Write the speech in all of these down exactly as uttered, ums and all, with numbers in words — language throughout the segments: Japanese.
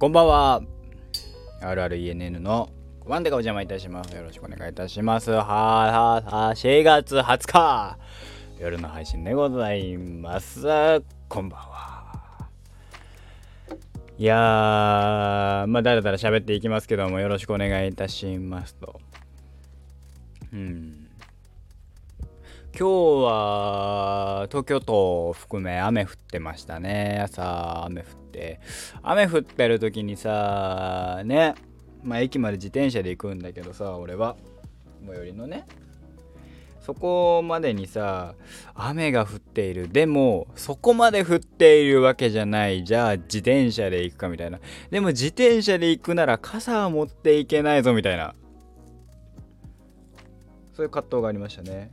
こんばんは。 アールアールイーエヌエヌ のごばんでがお邪魔いたします。よろしくお願いいたします。はははしがつはつか夜の配信でございます。こんばんは。いやーまあだらだら喋っていきますけども、よろしくお願いいたしますと。うん今日は東京都を含め雨降ってましたね。朝雨降って雨降ってる時にさね、まあ駅まで自転車で行くんだけどさ、俺は最寄りのね、そこまでにさ雨が降っている。でもそこまで降っているわけじゃない。じゃあ自転車で行くかみたいな。でも自転車で行くなら傘は持っていけないぞみたいな、そういう葛藤がありましたね。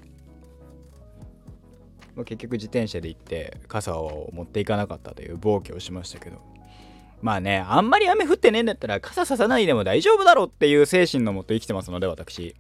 結局自転車で行って傘を持っていかなかったという暴挙をしましたけど、まあね、あんまり雨降ってねえんだったら傘ささないでも大丈夫だろうっていう精神のもと生きてますので、私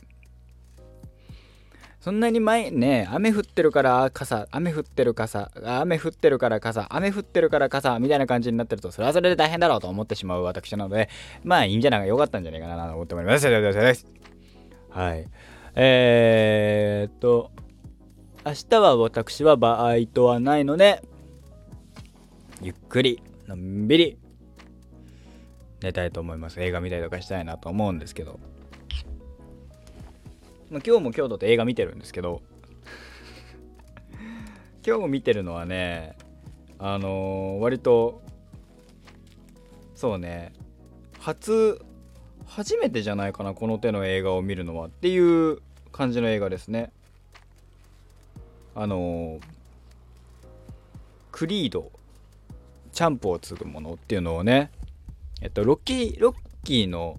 そんなに前ね、雨降ってるから傘、雨降ってる傘、雨降ってるから傘、雨降ってるから傘みたいな感じになってると、それはそれで大変だろうと思ってしまう私なので、まあいいんじゃないか、よかったんじゃないかなと思っております。はい。えーっと明日は私はバイトはないので、ゆっくりのんびり寝たいと思います。映画見たりとかしたいなと思うんですけど、まあ、今日も今日だと映画見てるんですけど今日見てるのはね、あのー、割とそうね、初初めてじゃないかな、この手の映画を見るのはっていう感じの映画ですね。あのー、クリードチャンプを継ぐものっていうのをね、えっとロッキーロッキーの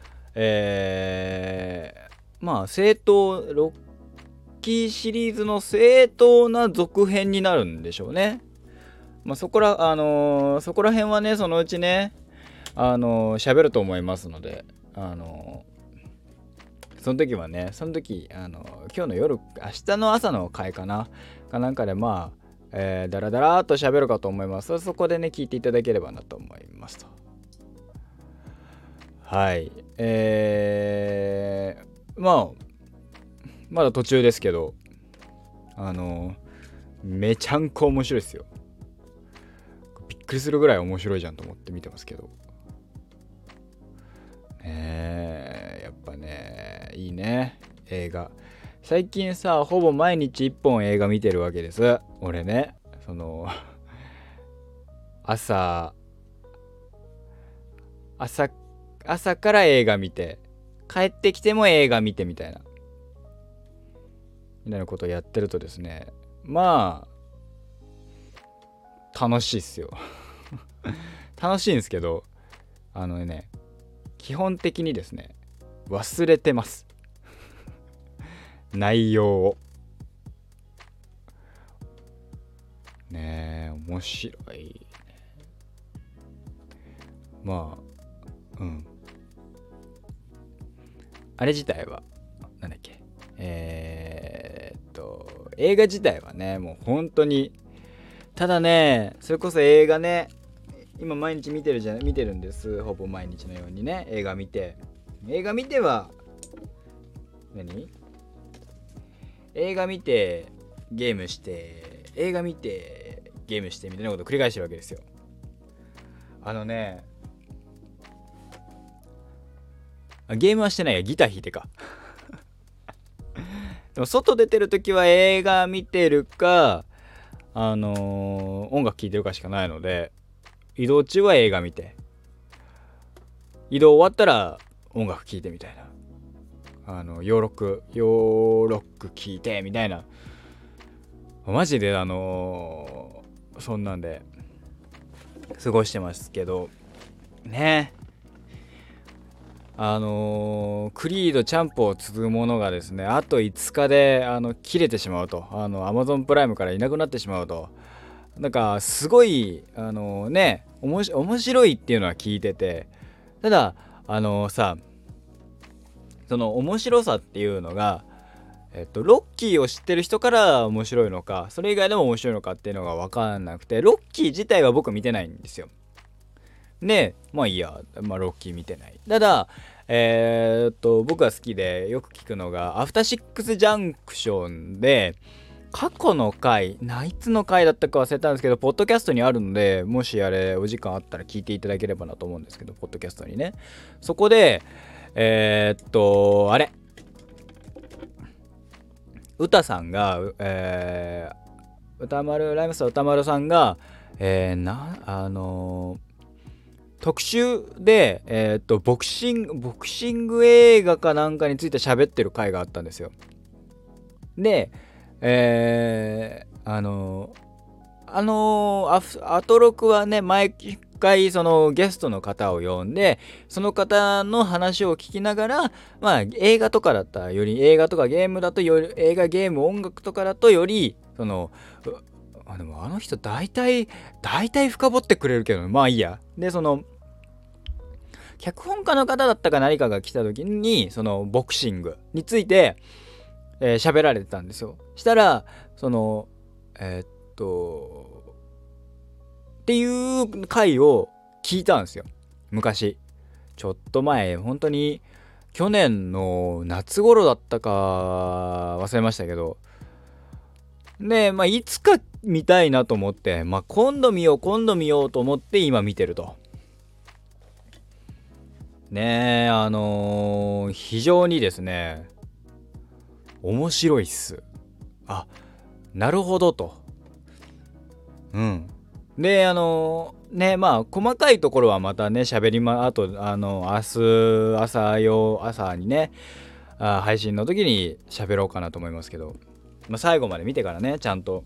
えー、まあ正当ロッキーシリーズの正当な続編になるんでしょうね。まあそこらあのー、そこら辺はね、そのうちね、あのー、喋ると思いますので、あのー、その時はね、その時あのー、今日の夜、明日の朝の回かなかなんかで、まあえー、だらだらーっと喋るかと思います。そこでね聞いていただければなと思いますと。はい、えー、まあまだ途中ですけど、あのめちゃんこ面白いですよ。びっくりするぐらい面白いじゃんと思って見てますけどね。やっぱね、いいね映画。最近さ、ほぼ毎日一本映画見てるわけです俺ね。その朝朝朝から映画見て、帰ってきても映画見てみたいなみたいなことをやってるとですね、まあ楽しいっすよ楽しいんですけど、あのね、基本的にですね忘れてます内容をね。え面白い。まあうんあれ自体はなんだっけ、えー、っと映画自体はね、もう本当に、ただね、それこそ映画ね、今毎日見てるじゃ見てるんです。ほぼ毎日のようにね映画見て、映画見ては何映画見てゲームして、映画見てゲームしてみたいなことを繰り返してるわけですよ。あのね、ゲームはしてないや、ギター弾いてかでも外出てるときは映画見てるか、あのー、音楽聴いてるかしかないので、移動中は映画見て、移動終わったら音楽聴いてみたいな、あのヨーロックヨーロック聴いてみたいな、マジであのー、そんなんで過ごしてますけどね。あのー、クリードチャンプを継ぐものがですね、あといつかであの切れてしまうと、あの Amazon プライムからいなくなってしまうと、なんかすごいあのー、ねおもし面白いっていうのは聞いてて、ただあのー、さその面白さっていうのが、えっとロッキーを知ってる人から面白いのか、それ以外でも面白いのかっていうのが分かんなくて、ロッキー自体は僕見てないんですよ。 でまあいいや、まあ、ロッキー見てない。ただえー、っと僕が好きでよく聞くのがアフターシックスジャンクションで、過去の回ナイツの回だったか忘れたんですけど、ポッドキャストにあるので、もしあれお時間あったら聞いていただければなと思うんですけど、ポッドキャストにね、そこでえー、っとあれ歌さんが、えー、歌丸ライムスター歌丸さんが、えー、なあのー、特集で、えー、っとボクシングボクシング映画かなんかについて喋ってる回があったんですよ。で、えー、あのー、あのー、アトロクはね、毎回そのゲストの方を呼んで、その方の話を聞きながら、まあ映画とかだったらより、映画とかゲームだとより、映画ゲーム音楽とかだとよりそのあでもあの人大体大体深掘ってくれるけど、まあいいや。でその脚本家の方だったか何かが来た時にそのボクシングについて喋、えー、られてたんですよ。したらそのえー、っとっていう回を聞いたんですよ、昔。ちょっと前、本当に去年の夏頃だったか忘れましたけど、でまあいつか見たいなと思って、まあ今度見よう今度見ようと思って今見てると。ねえ、あのー、非常にですね面白いっす。あ、なるほどと。うんであのー、ねまあ細かいところはまたね喋りまあとあの明日朝用朝にねあ配信の時に喋ろうかなと思いますけど、まあ、最後まで見てからねちゃんと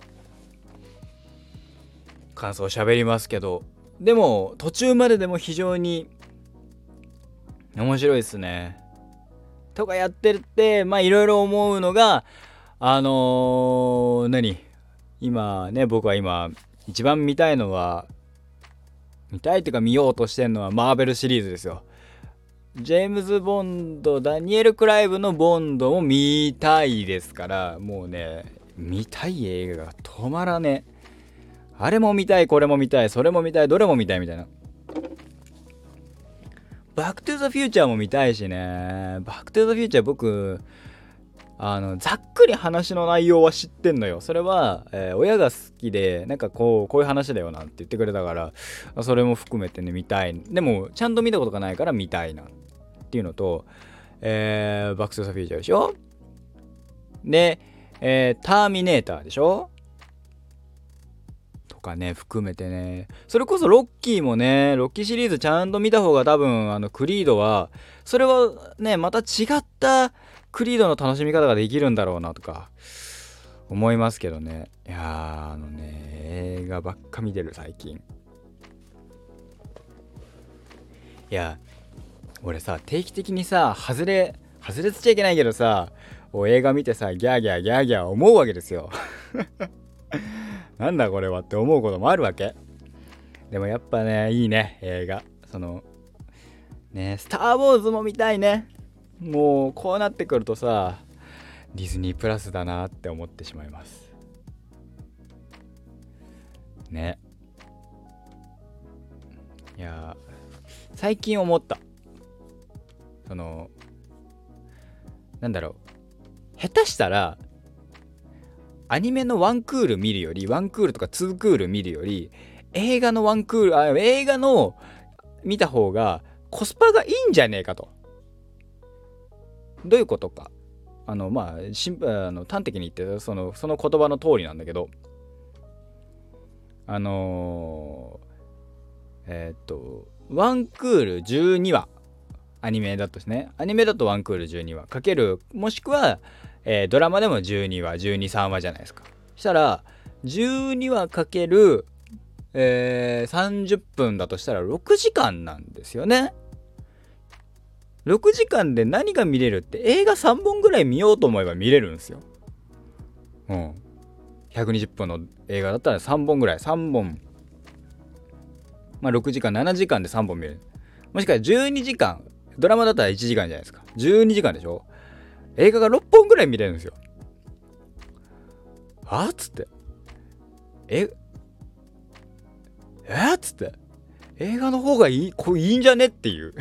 感想を喋りますけど、でも途中まででも非常に面白いですねとかやってるってまあいろいろ思うのがあのー、何今ね僕は今一番見たいのは見たいっていうか見ようとしてるのはマーベルシリーズですよ。ジェームズ・ボンド、ダニエル・クライブのボンドも見たいですから、もうね見たい映画が止まらねえ。あれも見たいこれも見たいそれも見たいどれも見たいみたいな。バック・トゥ・ザ・フューチャーも見たいしね。バック・トゥ・ザ・フューチャー僕あのざっくり話の内容は知ってんのよ。それは、えー、親が好きでなんかこうこういう話だよなんて言ってくれたから、それも含めてね見たい。でもちゃんと見たことがないから見たいなっていうのと、えー、バック・トゥ・ザ・フューチャーでしょ。で、えー、ターミネーターでしょとかね含めてね、それこそロッキーもね、ロッキーシリーズちゃんと見た方が多分あのクリードはそれはねまた違ったクリードの楽しみ方ができるんだろうなとか思いますけどね。いやーあのね映画ばっか見てる最近。いや俺さ定期的にさ外れ外れつっちゃいけないけどさ映画見てさギャーギャーギャーギャー思うわけですよなんだこれはって思うこともあるわけ。でもやっぱねいいね映画。そのねスター・ウォーズも見たいね。もうこうなってくるとさディズニープラスだなって思ってしまいますね。いや最近思った。そのなんだろう、下手したらアニメのワンクール見るよりワンクールとかツークール見るより映画のワンクールあ映画の見た方がコスパがいいんじゃねえかと。どういうことか、あのまあシンあの端的に言ってそのその言葉の通りなんだけど、あのー、えー、っとワンクールじゅうにわアニメだとね、アニメだとワンクールじゅうにわかけるもしくは、えー、ドラマでもじゅうにわじゅうに、さんわじゃないですか。したらじゅうにわかける、えー、さんじゅっぷんだとしたらろくじかんなんですよね。ろくじかんで何が見れるって映画さんぼんぐらい見ようと思えば見れるんですよ。うん。ひゃくにじゅっぷんの映画だったらさんぼんぐらい、さんぼん。まあろくじかん、ななじかんでさんぼん見れる。もしくはじゅうにじかん、ドラマだったらいちじかんじゃないですか。じゅうにじかんでしょ。映画がろっぽんぐらい見れるんですよ。あっつって。ええっつって。 映画の方がいい、これいいんじゃねっていう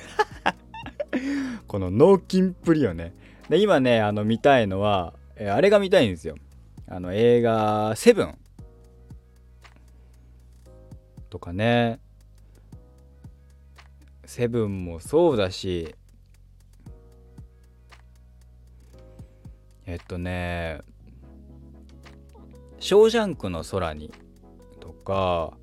この脳筋っぷりよね。で今ねあの見たいのは、えーあれが見たいんですよ。あの映画セブンとかね。セブンもそうだし、えっとねショーシャンクの空にとか、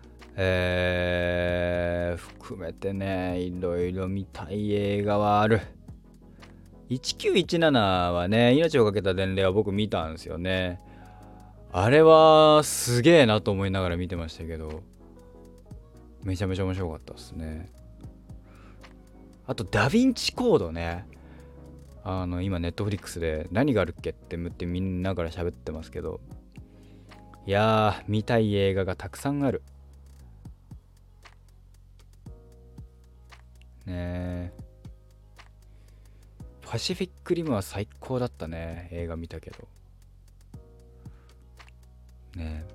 えー、含めてねいろいろ見たい映画はある。いちきゅういちななはね、命をかけた伝令は僕見たんですよね。あれはすげえなと思いながら見てましたけど、めちゃめちゃ面白かったですね。あとダヴィンチコードね。あの今ネットフリックスで何があるっけって思ってみんなから喋ってますけど、いやー見たい映画がたくさんあるねえ。パシフィックリムは最高だったね。映画見たけどね。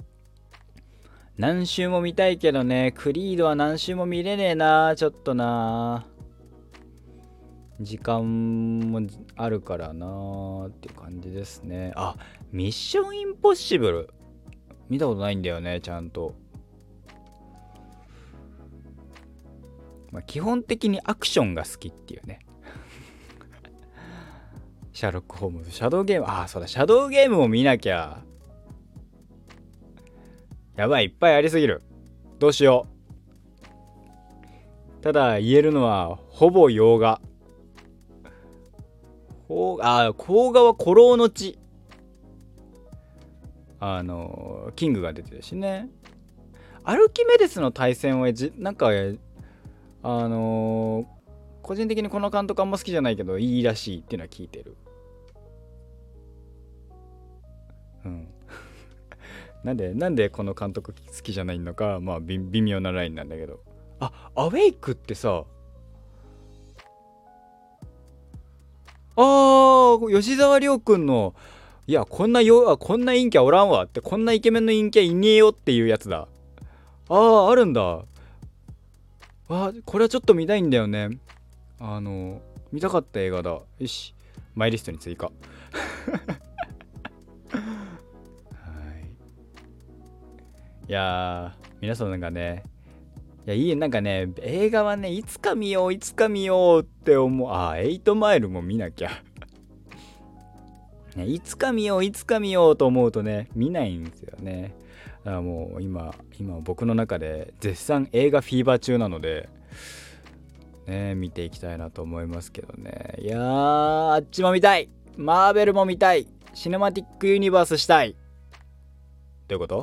何周も見たいけどね、クリードは何周も見れねえな、ちょっとな。時間もあるからなーっていう感じですね。あ、ミッションインポッシブル見たことないんだよね、ちゃんと。まあ、基本的にアクションが好きっていうね。シャーロック・ホームズ、シャドウゲーム、ああ、そうだ、シャドウゲームも見なきゃ。やばい、いっぱいありすぎる。どうしよう。ただ言えるのは、ほぼ洋画。ほあ、邦画は古老の地。あの、キングが出てるしね。アルキメデスの対戦はじ、なんか、あのー個人的にこの監督あんま好きじゃないけど、いいらしいっていうのは聞いてる。うん。なんで、なんでこの監督好きじゃないのか、まあ微微妙なラインなんだけど。あ、アウェイクってさ、あー、吉沢亮くんの、いや、こんなよ、あ、こんな陰キャおらんわって、こんなイケメンの陰キャいねえよっていうやつだ。あー、あるんだ。あ、これはちょっと見たいんだよね。あの、見たかった映画だ。よし、マイリストに追加。はい。いやー、皆さんがね、いや、いい、なんかね、映画はね、いつか見よう、いつか見ようって思う。あー、エイトマイルも見なきゃ。ね、いつか見よう、いつか見ようと思うとね、見ないんですよね。だからもう今、今僕の中で絶賛映画フィーバー中なので、ね、見ていきたいなと思いますけどね。いやー、あっちも見たい。マーベルも見たい。シネマティックユニバースしたい。どういうこと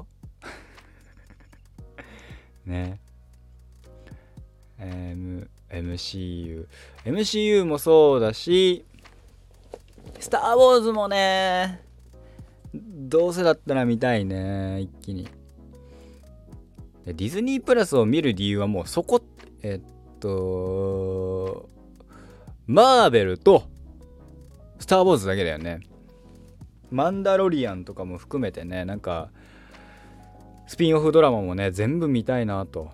ね。M、エムシーユー。エムシーユー もそうだし、スター・ウォーズもね、どうせだったら見たいね、一気に。ディズニープラスを見る理由はもうそこ、えっと、マーベルとスター・ウォーズだけだよね。マンダロリアンとかも含めてね、なんか、スピンオフドラマもね、全部見たいなと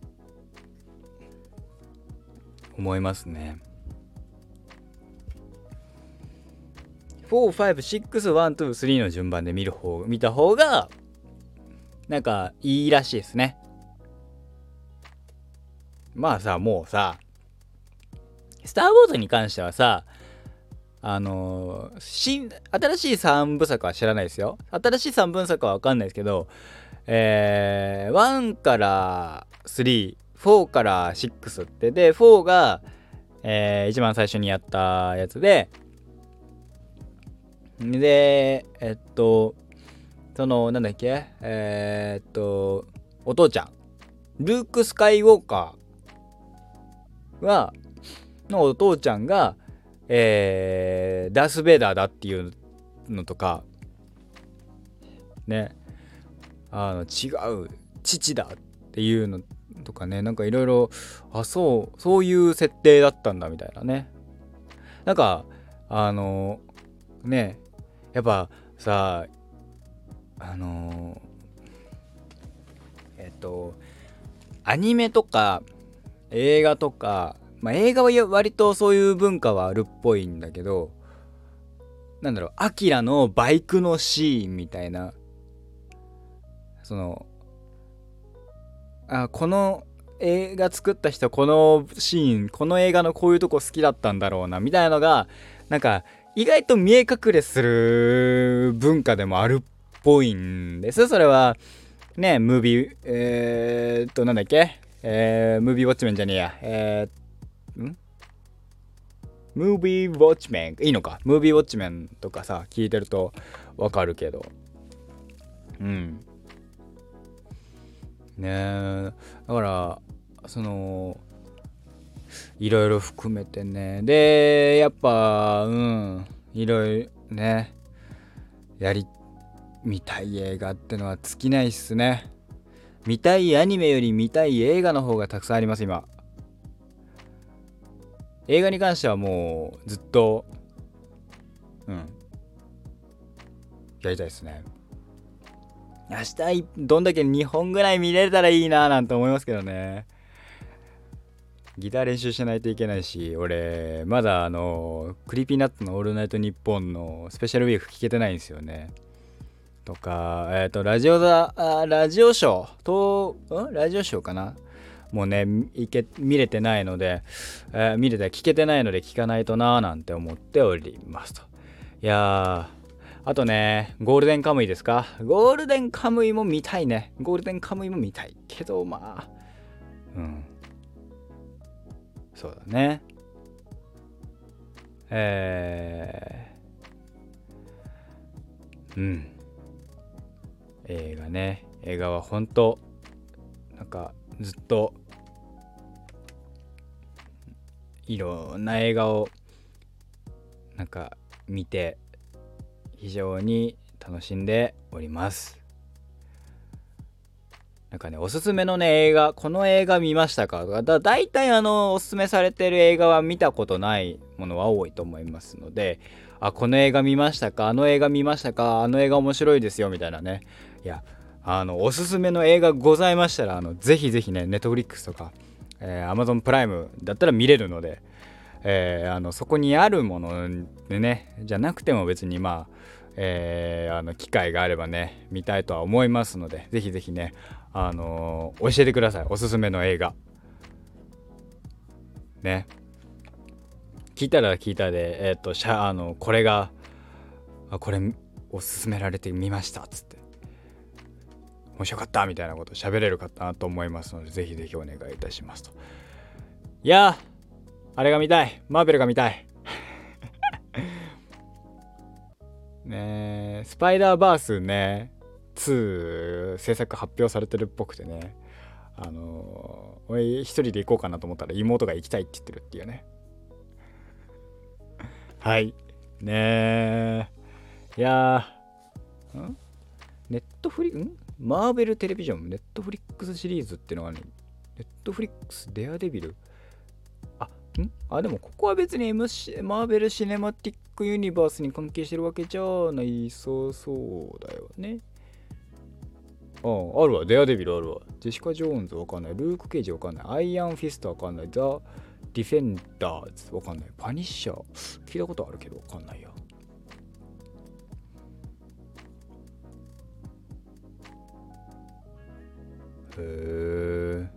思いますね。よん、ご、ろく、いち、いち、に、さんの順番で見る方、見た方が、なんかいいらしいですね。まあさ、もうさ、スター・ウォーズに関してはさ、あのー、新、新しいさんぶさくは知らないですよ。新しいさんぶさくはわかんないですけど、えー、いちからさん、よんからろくって、で、よんが、えー、一番最初にやったやつで、で、えっと、その、なんだっけ、えー、っと、お父ちゃん、ルーク・スカイウォーカーは、のお父ちゃんが、えー、ダース・ベイダーだっていうのとか、ね、あの、違う、父だっていうのとかね、なんかいろいろ、あ、そう、そういう設定だったんだみたいなね。なんか、あの、ね、やっぱさ、あの、えっと、 アニメとか映画とか、まあ映画は割とそういう文化はあるっぽいんだけど、なんだろう、アキラのバイクのシーンみたいな、そのあこの映画作った人このシーンこの映画のこういうとこ好きだったんだろうなみたいなのがなんか意外と見え隠れする文化でもあるっぽいんです。それはね、ムービーえー、っとなんだっけ、えー、ムービーウォッチメンじゃねえや、えー、んムービーウォッチメンいいのか、ムービーウォッチメンとかさ聞いてるとわかるけど、うんねえ、だからそのいろいろ含めてね、でやっぱうんいろいろねやり見たい映画ってのは尽きないっすね。見たいアニメより見たい映画の方がたくさんあります今。映画に関してはもうずっとうんやりたいですね。明日どんだけにほんぐらい見れたらいいななんて思いますけどね。ギター練習しないといけないし、俺まだあのクリーピーナッツのオールナイトニッポンのスペシャルウィーク聞けてないんですよね。とかえっ、ー、とラジオだあラジオショーとんラジオショーかな、もうねいけ見れてないので、えー、見れて聞けてないので聞かないとなーなんて思っておりますと。いやーあとね、ゴールデンカムイですか。ゴールデンカムイも見たいね。ゴールデンカムイも見たいけど、まあうんそうだね。えー、うん映画ね、映画は本当なんかずっといろんな映画をなんか見て非常に楽しんでおります。なんかね、おすすめのね映画、この映画見ましたかとか、だだいたいあのおすすめされてる映画は見たことないものは多いと思いますので、あこの映画見ましたか、あの映画見ましたか、あの映画面白いですよみたいなね、いやあのおすすめの映画ございましたら、あのぜひぜひね、ネットフリックスとか、えー、Amazon プライムだったら見れるので、えー、あのそこにあるものでねじゃなくても別にまあ、えー、あの機会があればね見たいとは思いますので、ぜひぜひねあのー、教えてください、おすすめの映画ね。聞いたら聞いたで、えっとしゃあのこれがあこれおすすめられてみましたっつって面白かったみたいなこと喋れるかなと思いますので、ぜひぜひお願いいたしますと。いやあれが見たい、マーベルが見たいねえ、スパイダーバースねツー制作発表されてるっぽくてね、あのー、俺一人で行こうかなと思ったら妹が行きたいって言ってるっていうね。はいねえ、いやーんネットフリんマーベルテレビジョンネットフリックスシリーズっていうのがね、ネットフリックスデアデビル、あんあでもここは別に エムシー マーベルシネマティックユニバースに関係してるわけじゃないそうそうだよね。ああ、あるわ。デアデビルあるわ。ジェシカ・ジョーンズわかんない。ルーク・ケイジわかんない。アイアン・フィストわかんない。ザ・ディフェンダーズわかんない。パニッシャー聞いたことあるけどわかんないや。へー。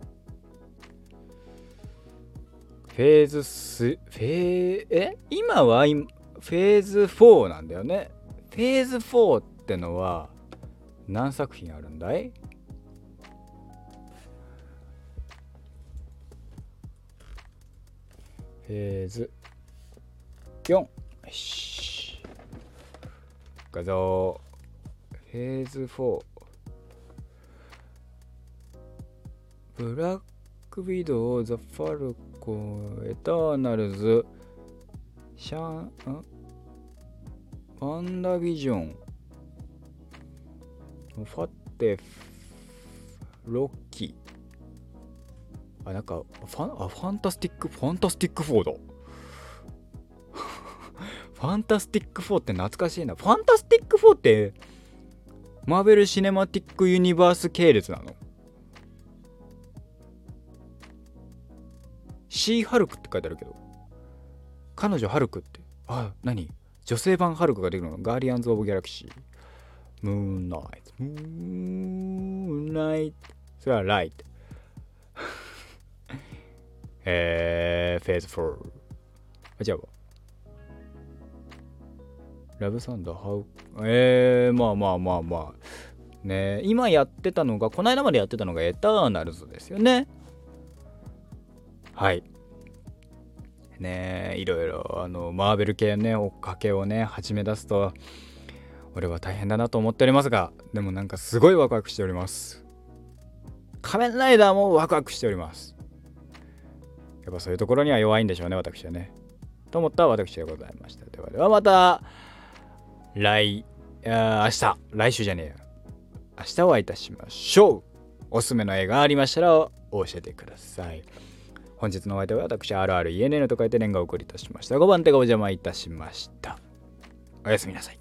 フェーズス、フェー、え今はフェーズフォーなんだよね。フェーズフォーってのは何作品あるんだい？フェーズよん。よし。画像。フェーズフォー。ブラックウィドウ、ザ・ファルコン、エターナルズ、シャン、んワンダービジョン、ファッテ、ロッキー。あ、なんか、ファン、あ、ファンタスティック、ファンタスティックフォード。ファンタスティックフォーって懐かしいな。ファンタスティックフォーって、マーベル・シネマティック・ユニバース系列なの？ シーハルクって書いてあるけど、彼女ハルクって、あ、何女性版ハルクが出るの？ガーディアンズ・オブ・ギャラクシー。ムーンナイト。ムーンナイト。それはライト。えー、フェーズフォー。あ、違うわ。ラブサンダー、ハウ、えー、まあまあまあまあ。ね、今やってたのが、この間までやってたのがエターナルズですよね。はい。ね、いろいろ、あの、マーベル系ね、追っかけをね、始め出すと、俺は大変だなと思っておりますが、でもなんかすごいワクワクしております。仮面ライダーもワクワクしております。やっぱそういうところには弱いんでしょうね、私はね。と思った私でございました。ではではまた、来、あ明日、来週じゃねえよ。明日お会いいたしましょう。おすすめの映画ありましたら教えてください。本日のお相手は私、アールアールイーエヌエヌ と書いて年賀をお送りいたしました。ごばん手がお邪魔いたしました。おやすみなさい。